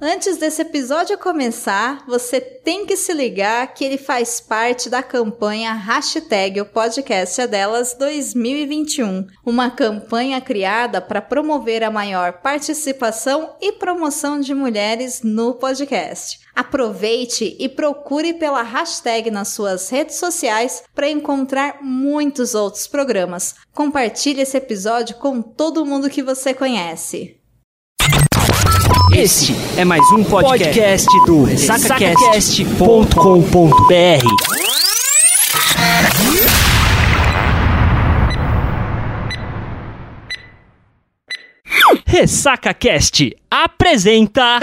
Antes desse episódio começar, você tem que se ligar que ele faz parte da campanha Hashtag o Podcast é Delas 2021, uma campanha criada para promover a maior participação e promoção de mulheres no podcast. Aproveite e procure pela hashtag nas suas redes sociais para encontrar muitos outros programas. Compartilhe esse episódio com todo mundo que você conhece. Esse é mais um podcast do ressacacast.com.br. RessacaCast apresenta...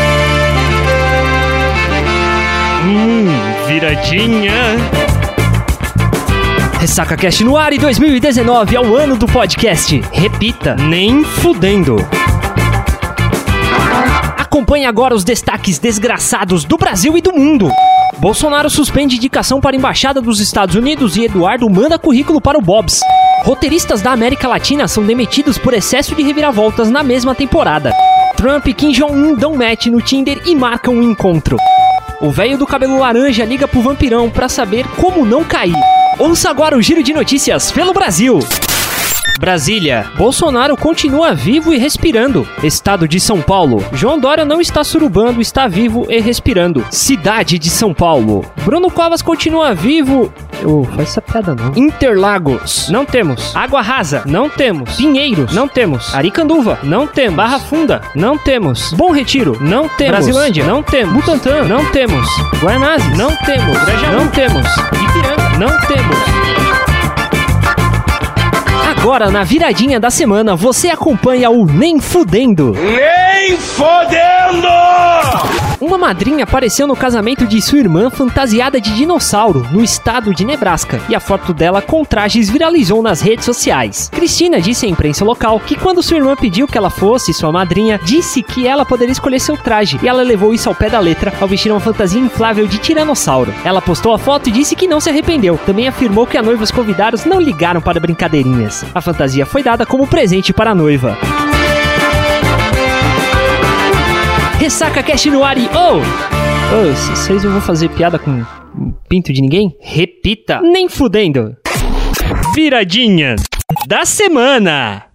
viradinha. RessacaCast no ar, e 2019 é o ano do podcast. Repita, nem fudendo. Acompanhe agora os destaques desgraçados do Brasil e do mundo. Bolsonaro suspende indicação para a Embaixada dos Estados Unidos e Eduardo manda currículo para o Bob's. Roteiristas da América Latina são demitidos por excesso de reviravoltas na mesma temporada. Trump e Kim Jong-un dão match no Tinder e marcam um encontro. O velho do cabelo laranja liga pro vampirão para saber como não cair. Ouça agora o giro de notícias pelo Brasil. Brasília. Bolsonaro continua vivo e respirando. Estado de São Paulo. João Dória não está surubando, está vivo e respirando. Cidade de São Paulo. Bruno Covas continua vivo... faz essa piada não. Interlagos. Não temos. Água Rasa. Não temos. Pinheiros. Não temos. Aricanduva. Não temos. Barra Funda. Não temos. Bom Retiro. Não temos. Brasilândia. Não temos. Butantã. Não temos. Guaianazes. Não temos. Grajaú. Não temos. Ipiranga. Não temos. Agora, na viradinha da semana, você acompanha o Nem Fudendo. Nem Fudendo! Uma madrinha apareceu no casamento de sua irmã fantasiada de dinossauro, no estado de Nebraska, e a foto dela com trajes viralizou nas redes sociais. Cristina disse à imprensa local que quando sua irmã pediu que ela fosse sua madrinha, disse que ela poderia escolher seu traje, e ela levou isso ao pé da letra ao vestir uma fantasia inflável de tiranossauro. Ela postou a foto e disse que não se arrependeu. Também afirmou que a noiva e os convidados não ligaram para brincadeirinhas. A fantasia foi dada como presente para a noiva. RessacaCast no ar e... vocês não vão fazer piada com pinto de ninguém? Repita, nem fudendo. Viradinha da semana.